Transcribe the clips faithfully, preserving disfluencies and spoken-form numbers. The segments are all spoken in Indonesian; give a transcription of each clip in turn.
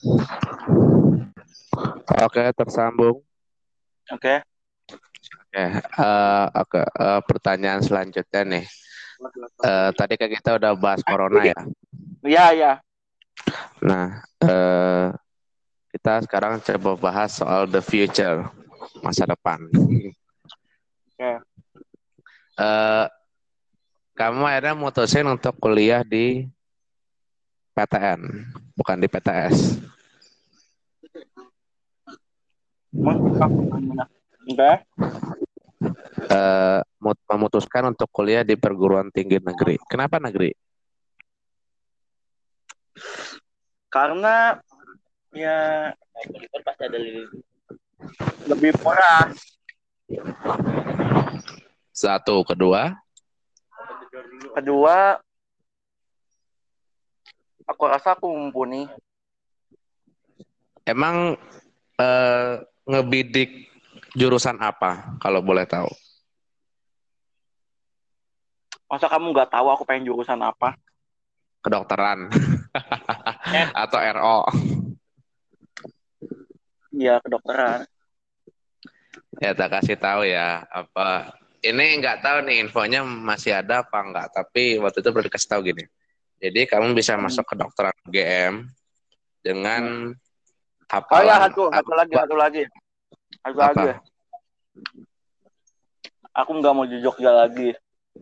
Oke, tersambung. Oke. Oke, eh, oke. eh, pertanyaan selanjutnya nih. Eh, tadi kan kita udah bahas corona ya. Iya, iya. Nah, eh, kita sekarang coba bahas soal the future, masa depan. Oke. Eh, kamu akhirnya mutusin untuk kuliah di P T N, bukan di P T S. Emang aku gimana? Oke. Eh, mut- memutuskan untuk kuliah di perguruan tinggi negeri. Kenapa negeri? Karena ya pasti ada lebih murah. Satu, kedua. Kedua, aku rasa aku mumpuni. Emang eh, ngebidik jurusan apa kalau boleh tahu? Masa kamu nggak tahu aku pengen jurusan apa? Kedokteran Eh, atau R O? Iya, kedokteran. Ya tak kasih tahu ya apa ini nggak tahu nih infonya masih ada apa enggak, tapi waktu itu baru dikasih tahu gini. Jadi kamu bisa Hmm. masuk kedokteran U G M dengan Oh ya, hafalan satu, satu lagi, apa? satu lagi, satu lagi. Apa? Aku nggak mau di Jogja lagi.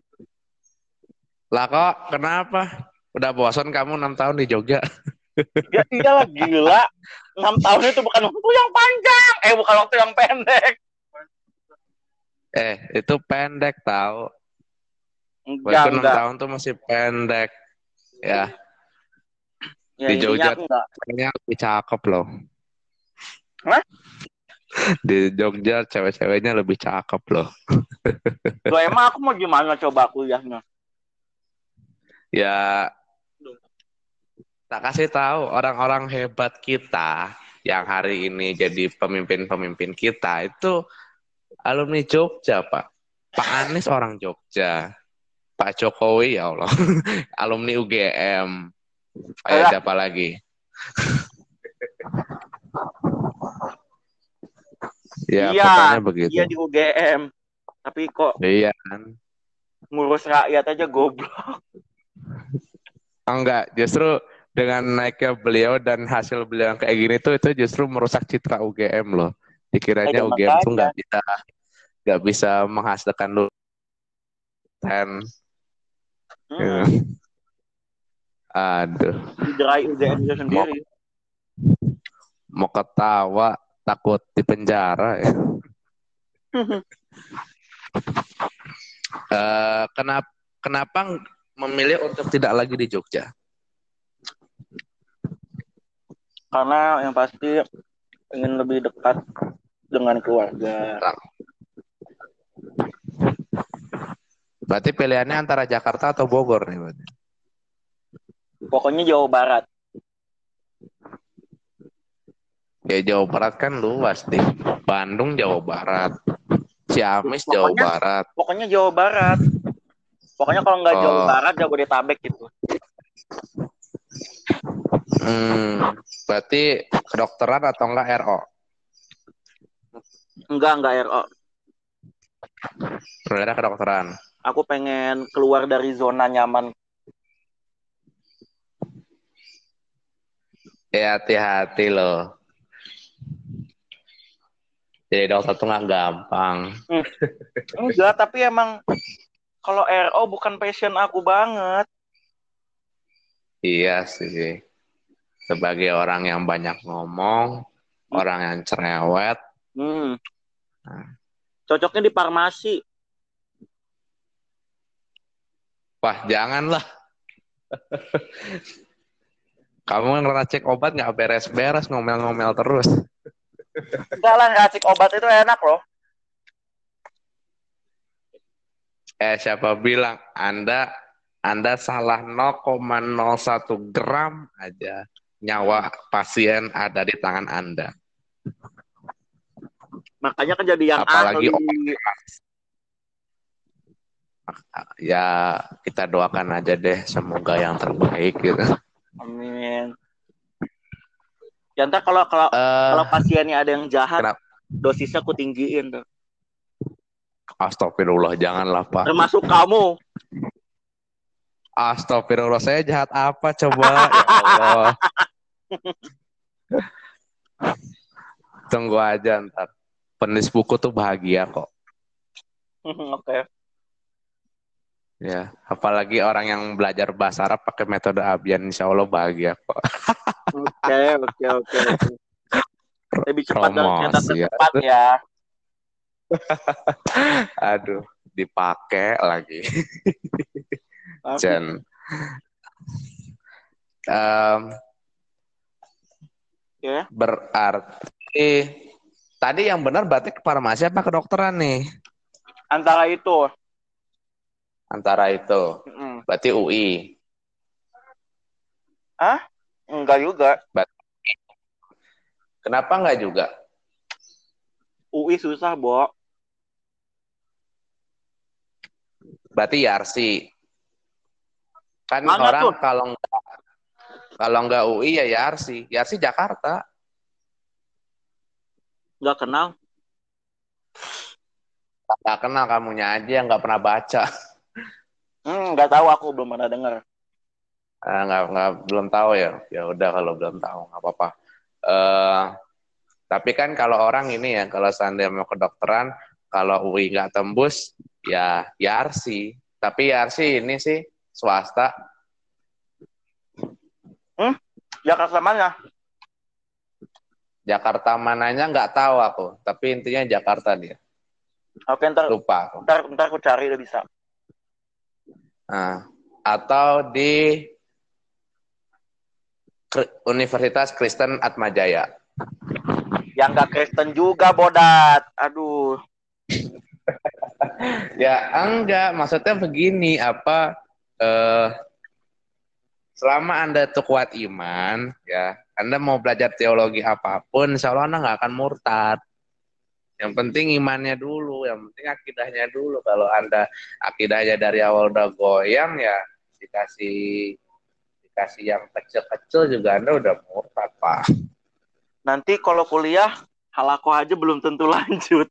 Lah kok kenapa? Udah bosan kamu enam tahun di Jogja? Ya iyalah, gila. Enam tahun itu bukan waktu yang panjang. Eh, bukan waktu yang pendek. Eh, itu pendek tahu. Enggak, Waktu enam enggak. tahun tuh masih pendek ya. Ya Di intinya Jogja aku enggak. kayaknya lebih cakep loh. Hah? Di Jogja cewek-ceweknya lebih cakep loh. Loh, emang aku mau gimana coba kuliahnya? Ya, tak kasih tahu orang-orang hebat kita yang hari ini jadi pemimpin-pemimpin kita itu alumni Jogja, Pak. Pak Anies orang Jogja. Pak Jokowi ya Allah, alumni U G M. Ayo Alah, siapa lagi? Ya iya, pokoknya iya begitu. di U G M. Tapi kok Iya kan? ngurus rakyat aja goblok. Enggak, justru dengan naiknya beliau dan hasil beliau yang kayak gini tuh itu justru merusak citra U G M loh. Ada Dikiranya U G M tuh makanya. nggak bisa nggak bisa menghasilkan lulusan. Hmm, Gitu. Aduh, dijerai U G M itu mau sendiri. mau ketawa takut di penjara ya. Eh, kenapa kenapa memilih untuk tidak lagi di Jogja? Karena yang pasti ingin lebih dekat dengan keluarga. Berarti pilihannya antara Jakarta atau Bogor nih, berarti. Pokoknya Jawa Barat. Ya Jawa Barat kan luas nih. Bandung Jawa Barat, Ciamis Jawa Pokoknya Barat. pokoknya Jawa Barat. Pokoknya kalau nggak Jawa Oh, Barat, Jabodetabek gitu. hmm, berarti kedokteran atau enggak R O? Enggak, enggak R O. Sebenarnya kedokteran. Aku pengen keluar dari zona nyaman. Ya hati-hati loh. Jadi dokter tuh nggak gampang. Hmm. Enggak, tapi emang kalau R O bukan passion aku banget. Iya sih. Sebagai orang yang banyak ngomong, Hmm. orang yang cerewet. Hmm. Nah, Cocoknya di farmasi. wah, janganlah. Kamu ngeracik obat nggak beres-beres, ngomel-ngomel terus. Enggak lah, ngasih obat itu enak loh. Eh, siapa bilang Anda Anda salah nol koma nol satu gram aja nyawa pasien ada di tangan Anda. Makanya kejadian Apalagi ahli. obat keras. Ya, kita doakan aja deh semoga yang terbaik gitu. Amin. Ya ntar kalau kalau Eh, kalau pasiennya ada yang jahat, kenapa? dosisnya aku tinggiin tuh. Astagfirullah, janganlah Pak. Termasuk kamu. Astagfirullah, saya jahat apa coba? Ya Allah, tunggu aja ntar. Penulis buku tuh bahagia kok. Oke. Ya, apalagi orang yang belajar bahasa Arab pakai metode Abian, insya Allah bahagia kok. Oke, oke, oke, oke. Lebih cepat dari kereta Promosi ya. tercepat ya. Aduh, dipakai lagi. Oke. Jen. Em, Ya. berarti tadi yang benar berarti ke farmasi apa kedokteran nih? Antara itu. Antara itu. Mm-mm. Berarti U I. Ah? Enggak juga. Kenapa enggak juga? U I susah, Bo. Berarti Yarsi. Kan Mana tuh? orang kalau nggak kalau nggak U I ya Yarsi. Yarsi Jakarta. Enggak kenal. Nggak kenal, kamunya aja yang nggak pernah baca. Hmm, enggak tahu, aku belum pernah dengar. Ah, nggak nggak belum tahu ya. Ya udah kalau belum tahu nggak apa-apa. Eh, tapi kan kalau orang ini ya, kalau seandainya mau kedokteran, kalau U I nggak tembus, ya Yarsi. Tapi Yarsi ini sih swasta. Hmm? Jakarta mana? Jakarta mananya nggak tahu aku, tapi intinya Jakarta dia. Oke, ntar, Lupa aku. ntar, ntar aku cari udah bisa. Nah, atau di Universitas Kristen Atmajaya. Yang nggak Kristen juga, Bodat. Aduh. Ya enggak, maksudnya begini, apa eh, selama Anda tuh kuat iman, ya, Anda mau belajar teologi apapun, insya Allah Anda nggak akan murtad. Yang penting imannya dulu, yang penting akidahnya dulu. Kalau Anda akidahnya dari awal udah goyang, ya dikasih dikasih yang kecil-kecil juga Anda udah murtad, Pak. Nanti kalau kuliah, halakoh aja belum tentu lanjut.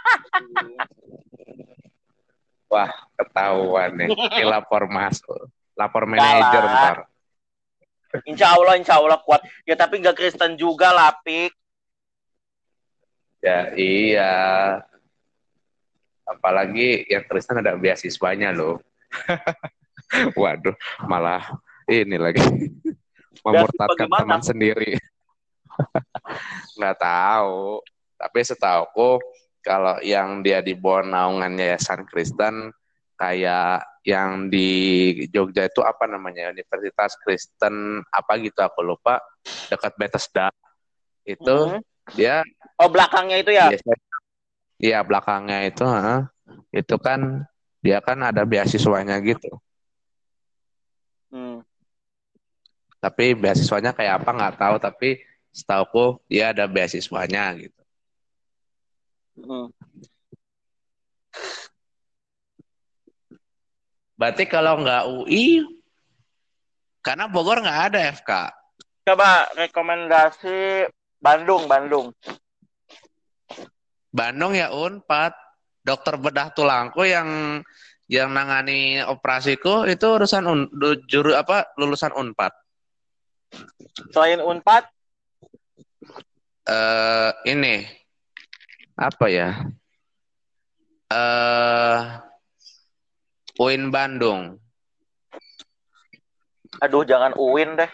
Wah, ketahuan nih. Ini lapor masuk. Lapor Enggak manajer lah. ntar. Insya Allah, insya Allah kuat. Ya tapi nggak Kristen juga lah, Pik. Ya iya. Apalagi yang Kristen ada beasiswanya loh. Waduh, malah ini lagi Beasiswa memurtadkan gimana? teman sendiri. Nggak tahu. Tapi setauku kalau yang dia di bawah naungan Yayasan Kristen kayak yang di Jogja itu apa namanya, Universitas Kristen apa gitu aku lupa, dekat Bethesda itu Hmm. dia Oh, belakangnya itu ya? biasa, iya belakangnya itu heeh, itu kan dia kan ada beasiswanya gitu, Hmm. tapi beasiswanya kayak apa nggak tahu, tapi setauku dia ada beasiswanya gitu. Hmm. Berarti kalau nggak U I, karena Bogor nggak ada F K. Coba rekomendasi Bandung, Bandung. Bandung ya Unpad. Dokter bedah tulangku yang yang nangani operasiku itu urusan un, juru apa lulusan Unpad. Selain Unpad, Eh ini apa ya? Eh U I N Bandung. aduh jangan U I N deh.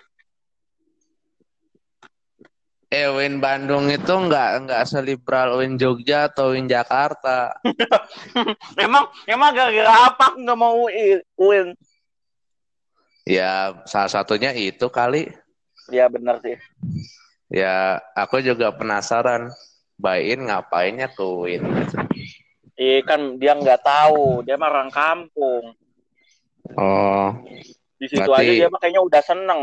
Eh U I N Bandung itu nggak nggak seliberal U I N Jogja atau U I N Jakarta. Emang, emang gara-gara apa aku nggak mau U I N? U I N? Ya salah satunya itu kali. Ya benar sih. Ya aku juga penasaran. Bain ngapainnya ke U I N? Iya kan dia nggak tahu, dia mah orang kampung. Oh, Di situ aja dia berarti mah kayaknya udah seneng.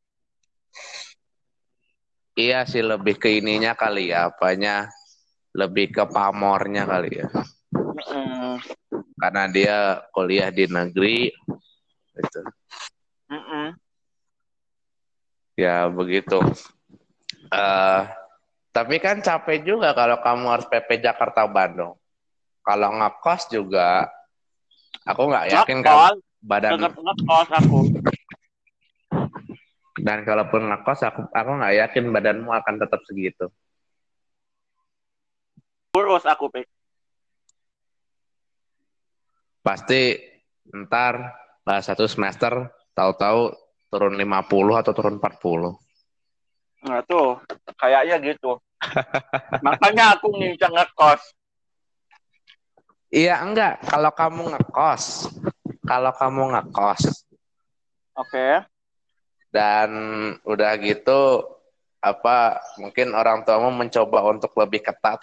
iya sih lebih ke ininya kali ya, apanya lebih ke pamornya kali ya. Mm-mm. Karena dia kuliah di negeri gitu. Mm-mm. Ya begitu. Eh, tapi kan capek juga kalau kamu harus P P Jakarta Bandung. Kalau ngekos juga, aku nggak yakin kamu Ngekos, tetap badan. ngekos aku. Dan kalaupun ngekos, aku aku nggak yakin badanmu akan tetap segitu. Kurus aku, Pik. Pasti ntar lah satu semester tahu-tahu turun lima puluh atau turun empat puluh. Nah tuh, kayaknya gitu. Makanya aku ngincar ngekos. Iya enggak, kalau kamu ngekos, kalau kamu ngekos Oke. dan udah gitu apa mungkin orang tuamu mencoba untuk lebih ketat.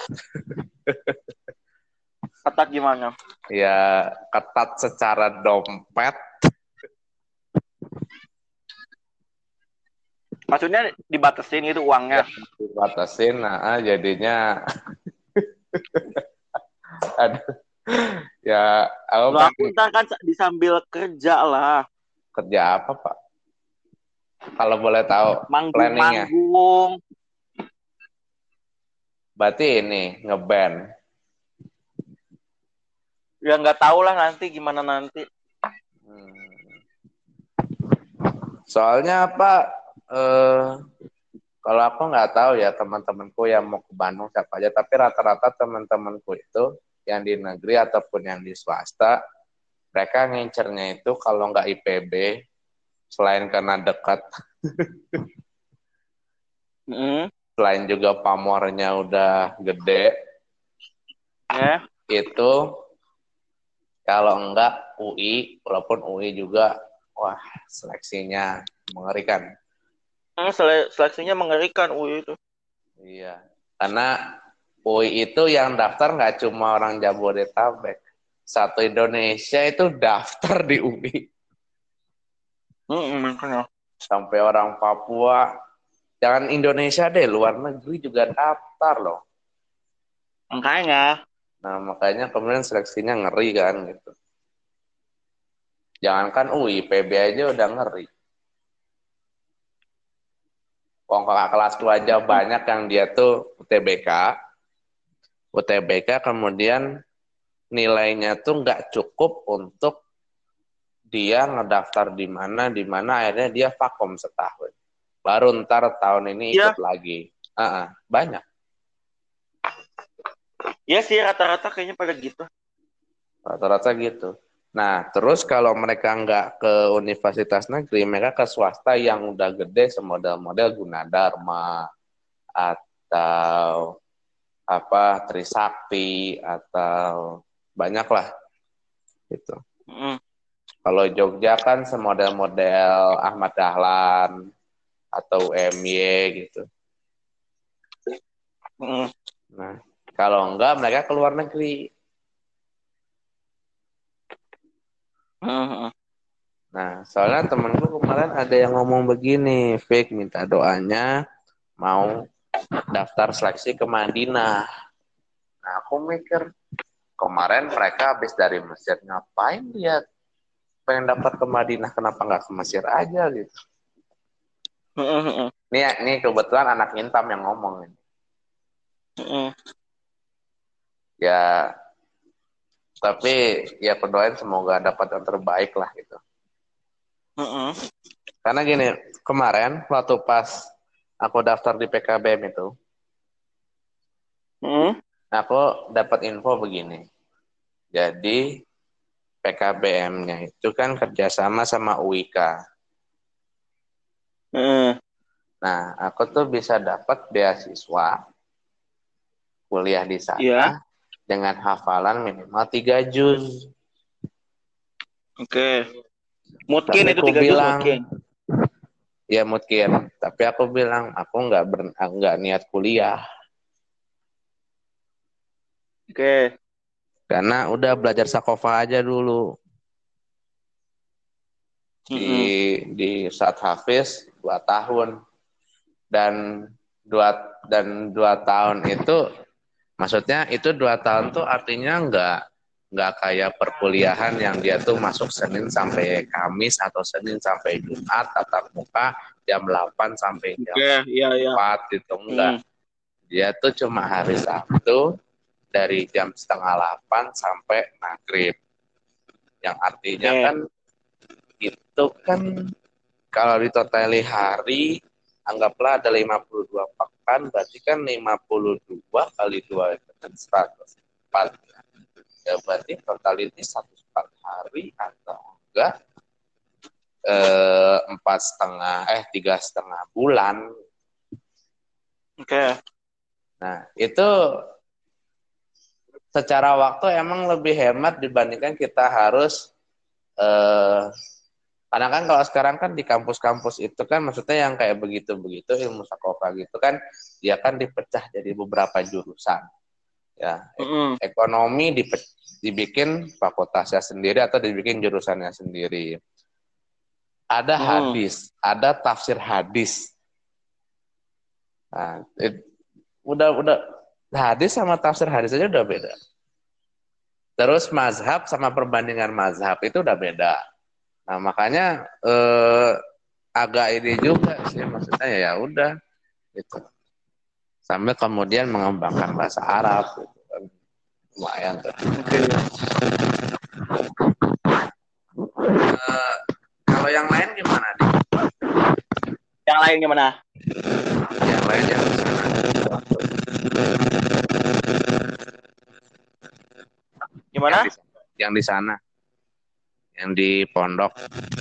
Ketat gimana? Ya ketat secara dompet. Maksudnya dibatasin gitu uangnya. Ya dibatasin, nah jadinya aduh, ya aku Loh aku pengen ntar kan disambil kerja lah. kerja apa Pak? Kalau boleh tahu planningnya. Manggung-manggung. Berarti ini ngeband. Ya nggak tahu lah nanti gimana nanti. Hmm. Soalnya apa? Eh, kalau aku nggak tahu ya teman-temanku yang mau ke Bandung siapa aja, tapi rata-rata teman-temanku itu yang di negeri ataupun yang di swasta, mereka ngincernya itu kalau nggak I P B, selain karena dekat, Mm-hmm. selain juga pamornya udah gede, Ya. itu kalau enggak U I, walaupun U I juga, wah seleksinya mengerikan. Hmm, sele- seleksinya mengerikan U I itu. Iya, karena U I itu yang daftar nggak cuma orang Jabodetabek. Satu Indonesia itu daftar di U I. Hmm, makanya. Sampai orang Papua, jangan Indonesia deh, luar negeri juga daftar loh. Makanya. Nah, makanya kemudian seleksinya ngeri kan gitu. Jangankan U I, P B aja udah ngeri. Wong kakak kelasku aja banyak yang dia tuh U T B K. U T B K kemudian nilainya tuh nggak cukup untuk dia ngedaftar di mana, di mana akhirnya dia vakum setahun. Baru ntar tahun ini ikut Ya, lagi. Uh-uh, banyak. ya sih rata-rata kayaknya pada gitu. Rata-rata gitu. Nah, terus kalau mereka nggak ke universitas negeri, mereka ke swasta yang udah gede semodel-model Gunadarma atau apa Trisakti atau banyak lah gitu. Mm. Kalau Jogja kan semodel-model Ahmad Dahlan atau U M Y gitu. Mm. Nah, kalau enggak mereka ke luar negeri. Mm. Nah, soalnya temenku kemarin ada yang ngomong begini, Fake minta doanya mau daftar seleksi ke Madinah. Nah, aku mikir kemarin mereka habis dari Mesir ngapain dia pengen daftar ke Madinah, kenapa nggak ke Mesir aja gitu. Mm. Ini, ini kebetulan anak Intam yang ngomong ini. Mm. Ya, tapi ya berdoain semoga dapat yang terbaik lah gitu. Mm. Karena gini, kemarin waktu pas aku daftar di P K B M itu, Mm. aku dapat info begini. Jadi P K B M-nya itu kan kerjasama sama U I K. Mm. Nah, aku tuh bisa dapat beasiswa kuliah di Iya, sana dengan hafalan minimal tiga juz. oke. Mungkin Tapi itu aku tiga juz bilang, mungkin. ya mungkin. Tapi aku bilang, aku nggak ber, nggak niat kuliah. Oke. Karena udah belajar sakofa aja dulu. Di Mm. di saat Hafiz dua tahun. Dan dua dan dua tahun itu, maksudnya itu dua tahun tuh artinya nggak nggak kayak perkuliahan yang dia tuh masuk Senin sampai Kamis atau Senin sampai Jumat tatap muka jam delapan sampai jam Oke, iya iya. empat gitu, enggak. Hmm. Dia tuh cuma hari Sabtu dari jam setengah delapan sampai maghrib. Yang artinya Oke. kan itu kan kalau ditotali hari, anggaplah ada lima puluh dua pekan, berarti kan lima puluh dua kali dua itu kan seratus empat. Ya berarti total ini seratus empat hari atau enggak eh, empat setengah eh tiga setengah bulan. Oke. Nah itu secara waktu emang lebih hemat dibandingkan kita harus eh, karena kan kalau sekarang kan di kampus-kampus itu kan maksudnya yang kayak begitu-begitu ilmu sakopa gitu kan dia kan dipecah jadi beberapa jurusan ya. Mm-mm. Ekonomi dipe- dibikin fakultasnya sendiri atau dibikin jurusannya sendiri. Ada Mm-mm. hadis, ada tafsir hadis. Nah, it, udah udah hadis sama tafsir hadis aja udah beda. Terus mazhab sama perbandingan mazhab itu udah beda. Nah makanya eh, agak ini juga sih maksudnya ya udah gitu. Sambil kemudian mengembangkan bahasa Arab gitu kan. Lumayan tuh. Oke. Eh, kalau yang lain gimana nih? Yang lain gimana? Yang lain yang di sana. Gimana? Yang di, yang di sana, yang di pondok.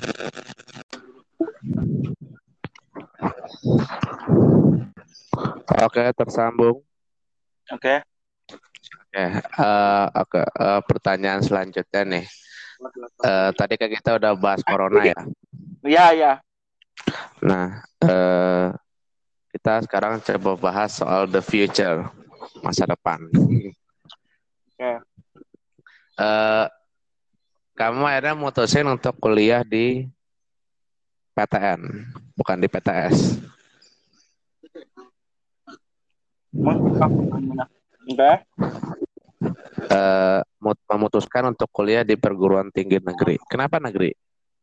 Oke, tersambung. Oke. Oke, eh, oke. Eh, pertanyaan selanjutnya nih. Eh, tadi kan kita udah bahas corona ya. Iya, iya. Nah, eh, kita sekarang coba bahas soal the future, masa depan. Oke. Eh, kamu akhirnya mutusin untuk kuliah di P T N, bukan di P T S. Oke. Eh, mut- memutuskan untuk kuliah di perguruan tinggi negeri. Kenapa negeri?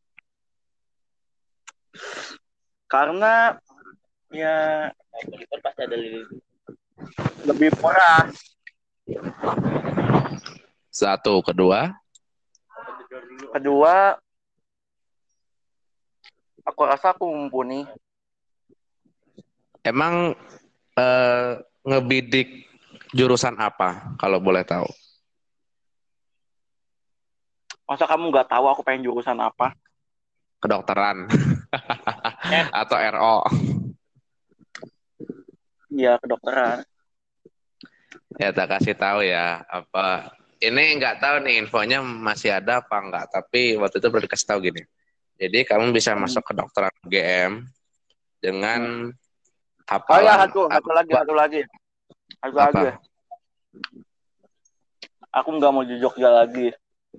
Karena ya pasti ada lebih murah. Satu, kedua. Kedua, aku rasa aku mumpuni. Emang eh, ngebidik jurusan apa kalau boleh tahu? Masa kamu nggak tahu aku pengen jurusan apa? Kedokteran Eh, atau R O? Iya, kedokteran. Ya tak kasih tahu ya apa ini nggak tahu nih infonya masih ada apa enggak, tapi waktu itu baru dikasih tahu gini. Jadi kamu bisa Hmm. masuk kedokteran U G M dengan Oh ya, hafalan satu, satu lagi, satu lagi. Satu apa? lagi. Aku nggak mau di Jogja lagi.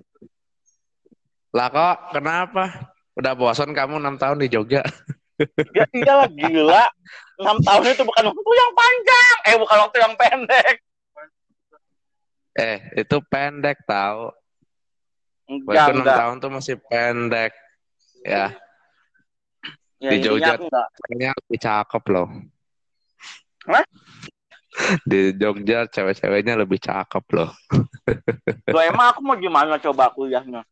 Lah kok kenapa? Udah bosan kamu enam tahun di Jogja? Ya iyalah, gila. enam tahun itu bukan waktu yang panjang. Eh, bukan waktu yang pendek. Eh, itu pendek tahu. Enggak, Waktu enam enggak. tahun tuh masih pendek. Ya, Ya, di intinya Jogja aku enggak. kayaknya lebih cakep loh. Hah? Di Jogja cewek-ceweknya lebih cakep loh. Loh, emang aku mau gimana coba kuliahnya?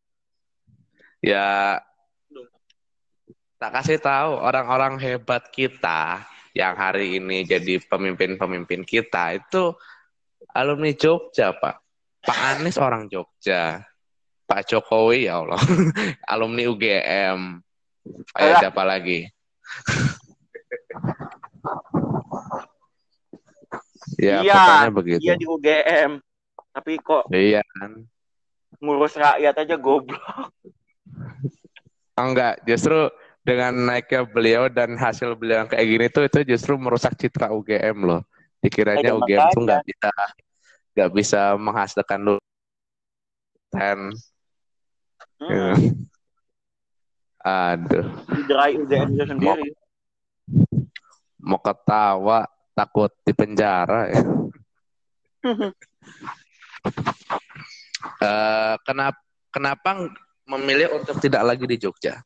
Ya, tak kasih tahu orang-orang hebat kita yang hari ini jadi pemimpin-pemimpin kita itu alumni Jogja, Pak. Pak Anies orang Jogja. Pak Jokowi ya Allah, alumni U G M. Ayo Alah, siapa lagi? Ya iya, pokoknya begitu. iya di U G M. Tapi kok Iya kan? ngurus rakyat aja goblok. Enggak, justru dengan naiknya beliau dan hasil beliau yang kayak gini tuh itu justru merusak citra U G M loh. Eh, Dikiranya ya U G M tuh makanya. nggak bisa nggak bisa menghasilkan lulusan. Hmm. Aduh, Diderai U G M itu sendiri. mau ketawa takut di penjara ya. Uh, kenapa kenapa memilih untuk tidak lagi di Jogja?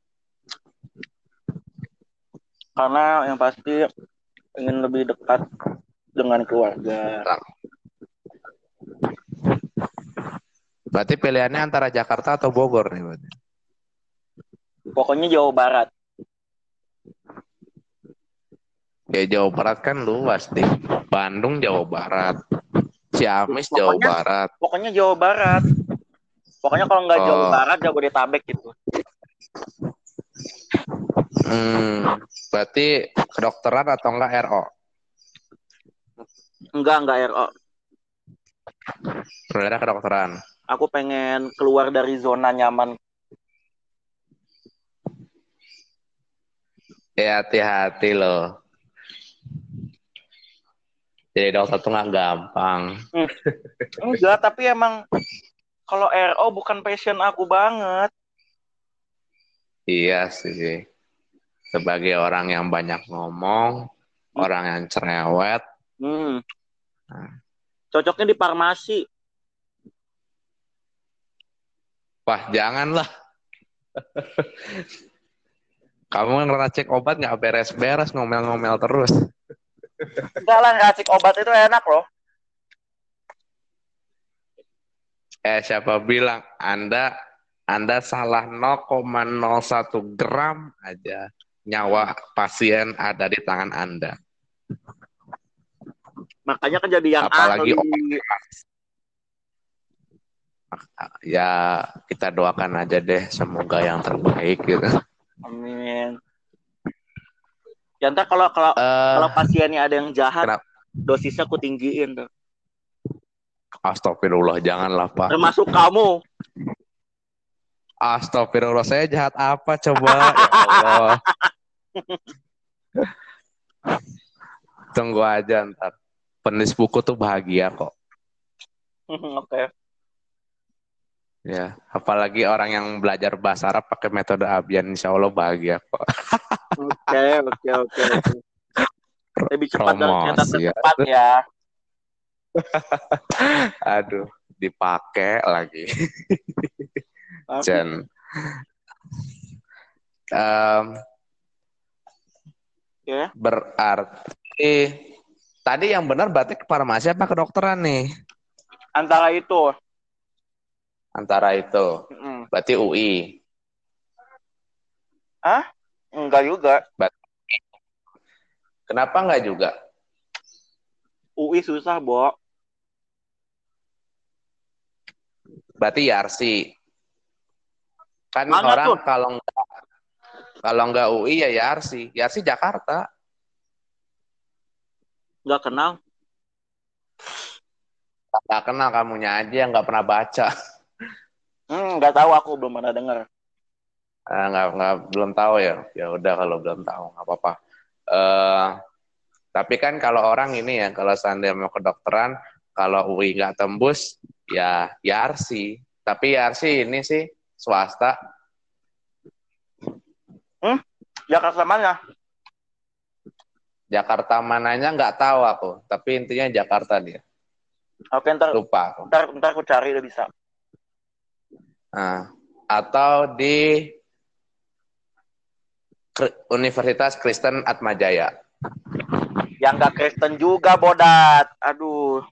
Karena yang pasti ingin lebih dekat dengan keluarga. Berarti pilihannya antara Jakarta atau Bogor nih, berarti? Pokoknya Jawa Barat. Ya Jawa Barat kan luas nih. Bandung Jawa Barat, Ciamis pokoknya, Jawa Barat. Pokoknya Jawa Barat. Pokoknya kalau nggak oh. Jawa Barat, Jabodetabek gitu. Hmm, berarti kedokteran atau enggak R O? Enggak, enggak R O. Sebenarnya kedokteran. Aku pengen keluar dari zona nyaman. Ya hati-hati loh. Jadi dokter tuh nggak gampang. Hmm. Enggak, tapi emang kalau R O bukan passion aku banget. Iya sih. Sebagai orang yang banyak ngomong, hmm. orang yang cerewet. Hmm. Nah. Cocoknya di farmasi. Wah, janganlah. Kamu ngeracik obat nggak beres-beres, ngomel-ngomel terus. Enggak lah, ngeracik obat itu enak loh. Eh, siapa bilang Anda Anda salah nol koma nol satu gram aja nyawa pasien ada di tangan Anda. Makanya kan jadi yang apalagi ahli. Ya kita doakan aja deh, semoga yang terbaik gitu. Amin. Ya ntar kalau kalau uh, kalau pasiennya ada yang jahat, kenapa? Dosisnya aku tinggiin tuh. Astagfirullah, janganlah Pak. Termasuk kamu. Astagfirullah, saya jahat apa coba? Ya Allah. Tunggu aja ntar. Penulis buku tuh bahagia kok. Oke. Okay. Ya, apalagi orang yang belajar bahasa Arab pakai metode Abyan, insya Allah bahagia kok. Oke, oke, oke. Lebih cepat dari kereta tercepat ya. Aduh, dipakai lagi. Jen. Um, yeah. Berarti tadi yang benar berarti ke farmasi apa kedokteran nih? Antara itu. Antara itu. Mm. Berarti U I. Hah? Enggak juga. Berarti... Kenapa enggak juga? U I susah, Bo. Berarti Yarsi. Kan mana orang tuh? kalau enggak kalau enggak U I ya Yarsi. Yarsi Jakarta. Enggak kenal. Enggak kenal, kamunya aja yang enggak pernah baca. Hmm, enggak tahu, aku belum pernah dengar. Uh, enggak, enggak belum tahu ya. Ya udah kalau belum tahu enggak apa-apa. Uh, tapi kan kalau orang ini ya, kalau seandainya mau kedokteran, kalau U I enggak tembus ya Yarsi. Tapi Yarsi ini sih swasta. Hmm? Jakarta mana? Jakarta mananya nggak tahu aku, tapi intinya Jakarta dia. Oke, ntar lupa aku. Ntar, ntar aku cari udah bisa. Nah, atau di Universitas Kristen Atmajaya. Yang nggak Kristen juga, Bodat. Aduh.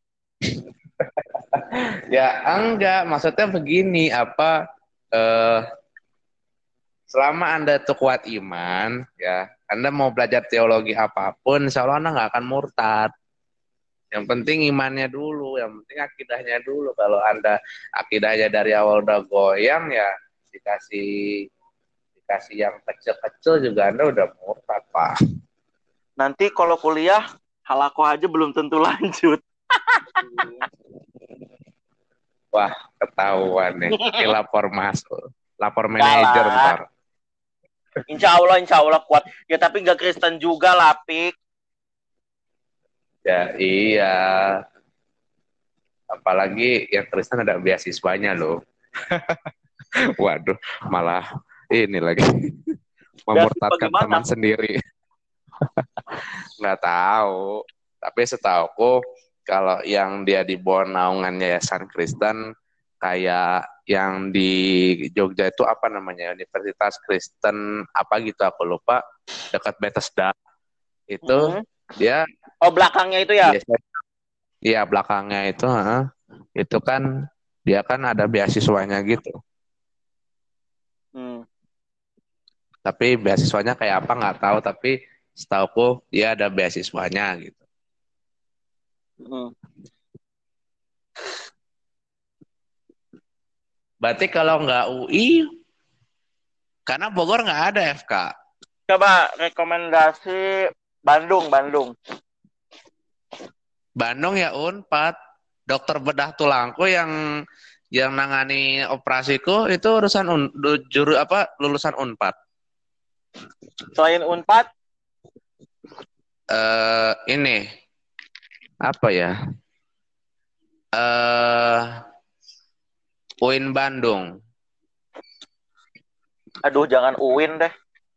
Ya enggak, maksudnya begini, apa eh, selama Anda tuh kuat iman, ya Anda mau belajar teologi apapun, insya Allah Anda nggak akan murtad. Yang penting imannya dulu, yang penting akidahnya dulu. Kalau Anda akidahnya dari awal udah goyang, ya dikasih dikasih yang kecil-kecil juga Anda udah murtad, Pak. Nanti kalau kuliah, halakoh aja belum tentu lanjut. Wah, ketahuan nih. Ini lapor masuk. Lapor manajer ntar. Insya Allah, insya Allah kuat. Ya tapi nggak Kristen juga lah, Pik. Ya iya. Apalagi yang Kristen ada beasiswanya loh. Waduh, malah ini lagi. Memurtadkan teman sendiri. Nggak tahu. Tapi setauku, kalau yang dia di bawah naungan Yayasan Kristen, kayak yang di Jogja itu apa namanya, Universitas Kristen apa gitu aku lupa, dekat Bethesda itu hmm. dia oh belakangnya itu ya iya belakangnya itu uh, itu kan dia kan ada beasiswanya gitu hmm. Tapi beasiswanya kayak apa nggak tahu, tapi setauku dia ada beasiswanya gitu. hmm. Berarti kalau nggak U I, karena Bogor nggak ada F K. Coba rekomendasi Bandung, Bandung. Bandung ya Unpad. Dokter bedah tulangku yang yang nangani operasiku itu urusan un, juru apa lulusan Unpad. Selain Unpad? Eh ini apa ya? Eh U I N Bandung. Aduh, jangan U I N deh.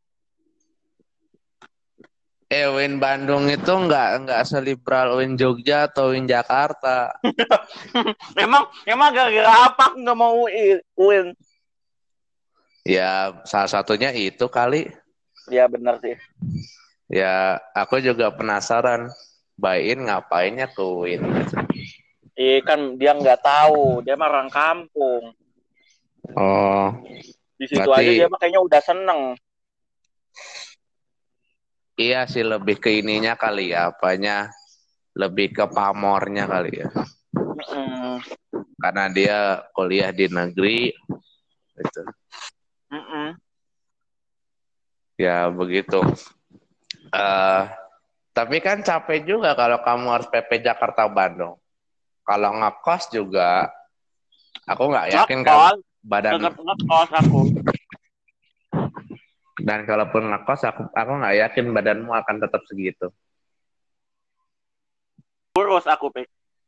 Eh, U I N Bandung itu nggak nggak seliberal U I N Jogja atau U I N Jakarta. emang emang gara-gara apa nggak mau U I N? Ya salah satunya itu kali. Ya benar sih. Ya aku juga penasaran, Bain ngapainnya ke U I N? Iya kan dia nggak tahu, dia mah orang kampung. Oh. Di situ berarti... aja dia mah kayaknya udah seneng. Iya sih lebih ke ininya kali ya, apanya lebih ke pamornya kali ya. Mm-mm. Karena dia kuliah di negeri, gitu. Mm-mm. Ya begitu. Uh, tapi kan capek juga kalau kamu harus P P Jakarta Bandung. Kalau ngekos juga, aku nggak yakin kan badan. Tetap ngekos aku. Dan kalaupun ngekos, aku aku nggak yakin badanmu akan tetap segitu. Kurus aku, Pe.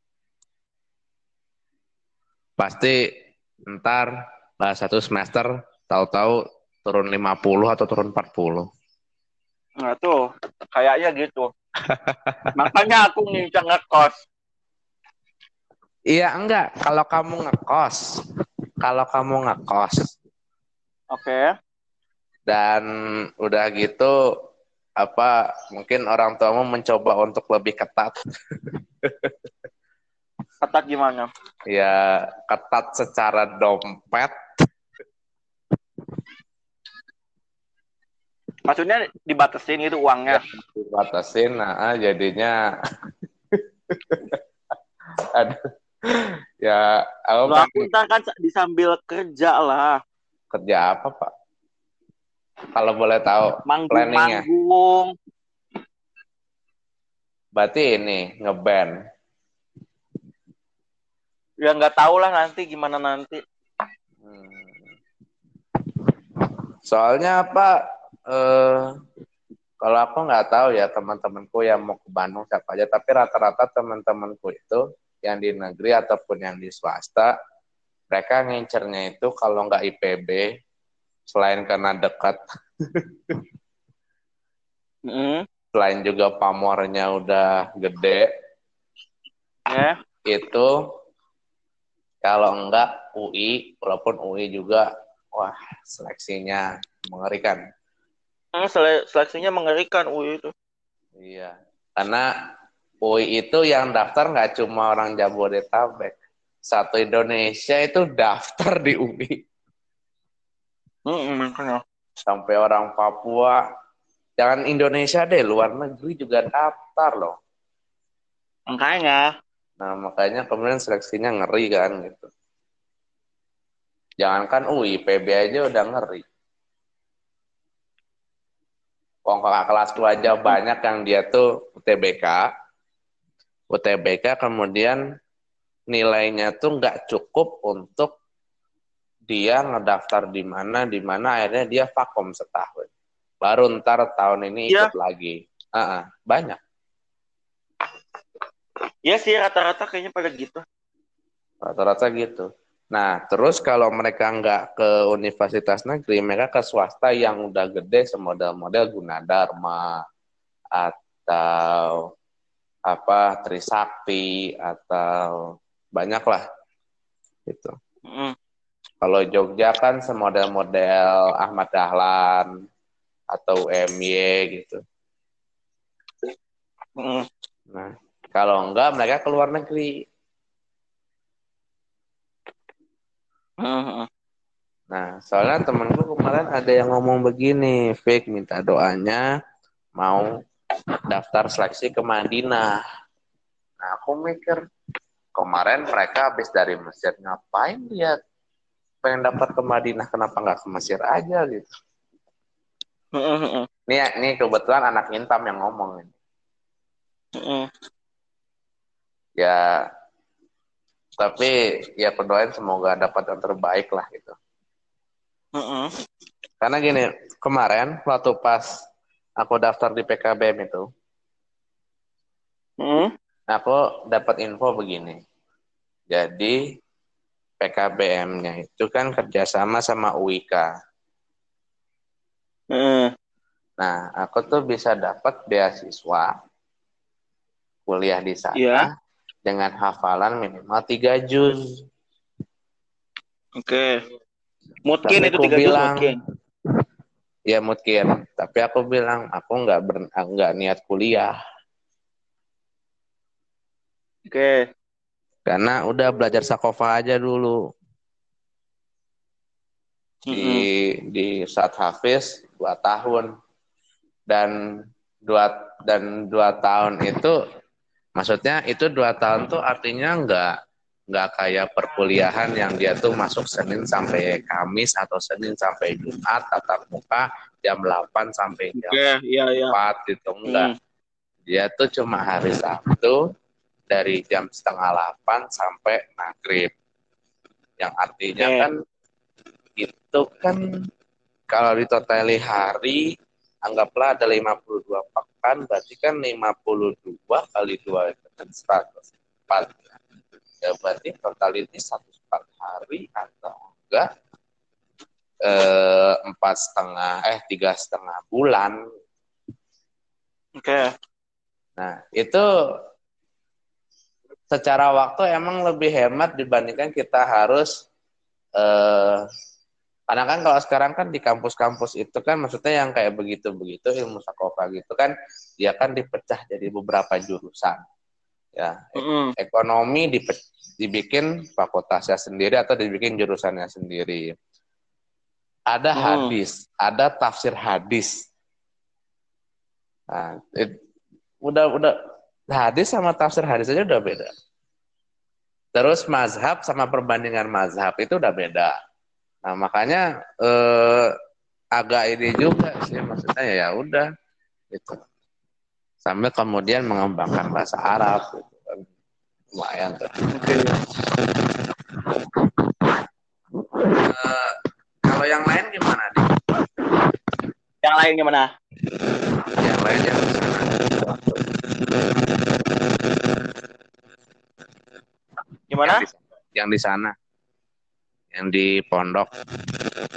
Pasti ntar lah satu semester tahu-tahu turun lima puluh atau turun empat puluh. Nah tuh, kayaknya gitu. Makanya aku ngincar ngekos. Iya enggak, kalau kamu ngekos. Kalau kamu ngekos. Oke. Okay. Dan udah gitu apa mungkin orang tuamu mencoba untuk lebih ketat. Ketat gimana? Ya ketat secara dompet. Maksudnya dibatasin gitu uangnya? Ya, dibatasin, nah jadinya aduh. Ya, aku Loh, aku ntar kan disambil kerja lah. Kerja apa, Pak? Kalau boleh tahu planningnya. Manggung-manggung. Berarti ini ngeband. Ya nggak tahu lah nanti gimana nanti. Hmm. Soalnya apa? Eh, kalau aku nggak tahu ya teman-temanku yang mau ke Bandung siapa aja. Tapi rata-rata teman-temanku itu yang di negeri ataupun yang di swasta, mereka ngincernya itu kalau nggak I P B, selain karena dekat, mm. selain juga pamornya udah gede, yeah. Itu kalau enggak U I, walaupun U I juga, wah seleksinya mengerikan. Hmm, seleksinya mengerikan U I itu. Iya, karena U I itu yang daftar nggak cuma orang Jabodetabek, satu Indonesia itu daftar di U I. Hmm, makanya. Sampai orang Papua, jangan Indonesia deh, luar negeri juga daftar loh. Makanya. Nah makanya kemudian seleksinya ngeri kan gitu. Jangankan U I, P B aja udah ngeri. Wong kakak kelasku aja banyak yang dia tuh U T B K, U T B K kemudian nilainya tuh nggak cukup untuk dia ngedaftar di mana, di mana akhirnya dia vakum setahun. Baru ntar tahun ini ikut ya. Lagi. Uh-uh, banyak. Iya sih rata-rata kayaknya pada gitu. Rata-rata gitu. Nah terus kalau mereka nggak ke universitas negeri, mereka ke swasta yang udah gede semodel-model Gunadarma atau apa Trisakti atau banyak lah gitu. Mm. Kalau Jogja kan semodel-model Ahmad Dahlan atau U M Y gitu. Mm. Nah, kalau enggak mereka keluar negeri. Mm. Nah, soalnya temenku kemarin ada yang ngomong begini, Fik minta doanya mau daftar seleksi ke Madinah. Nah, aku mikir, kemarin mereka habis dari Mesir, ngapain dia pengen dapat ke Madinah, kenapa nggak ke Mesir aja gitu. Mm. Ini, ini kebetulan anak Intam yang ngomong. Mm. Ya, tapi ya berdoain semoga dapat yang terbaik lah gitu. Mm. Karena gini, kemarin waktu pas aku daftar di P K B M itu, Mm. aku dapat info begini. Jadi P K B M-nya itu kan kerjasama sama U I K. Mm. Nah, aku tuh bisa dapat beasiswa kuliah di sana Iya. dengan hafalan minimal tiga juz. Oke. Mungkin Tapi itu aku tiga juz bilang, mungkin. ya mungkin. Tapi aku bilang, aku nggak ber, nggak niat kuliah. Oke. Karena udah belajar sakofa aja dulu. Di Mm-mm. di saat Hafiz dua tahun. Dan dua dan dua tahun itu, maksudnya itu dua tahun tuh artinya nggak nggak kayak perkuliahan yang dia tuh masuk Senin sampai Kamis atau Senin sampai Jumat tatap muka jam delapan sampai jam Oke, iya iya. empat gitu, Mm. enggak. Dia tuh cuma hari Sabtu dari jam setengah delapan sampai maghrib. Yang artinya Oke. kan itu kan kalau ditotali hari, anggaplah ada lima puluh dua pekan, berarti kan lima puluh dua kali dua itu kan seratus empat. Ya berarti totality seratus empat hari atau enggak eh, empat setengah eh tiga setengah bulan. Oke. Nah itu secara waktu emang lebih hemat dibandingkan kita harus eh, karena kan kalau sekarang kan di kampus-kampus itu kan maksudnya yang kayak begitu-begitu ilmu sakofa gitu kan dia kan dipecah jadi beberapa jurusan ya. Mm-mm. Ekonomi dipe- dibikin fakultasnya sendiri atau dibikin jurusannya sendiri. Ada Mm. hadis, ada tafsir hadis. Nah, it, udah udah hadis sama tafsir hadis aja udah beda. Terus mazhab sama perbandingan mazhab itu udah beda. Nah, makanya eh, agak ini juga sih maksudnya ya udah gitu. Sambil kemudian mengembangkan bahasa Arab gitu kan. Lumayan tuh. Oke. Eh, kalau yang lain gimana nih? Yang lain gimana? Yang lain yang di sana. Gimana? Yang di, yang di sana. Yang di pondok.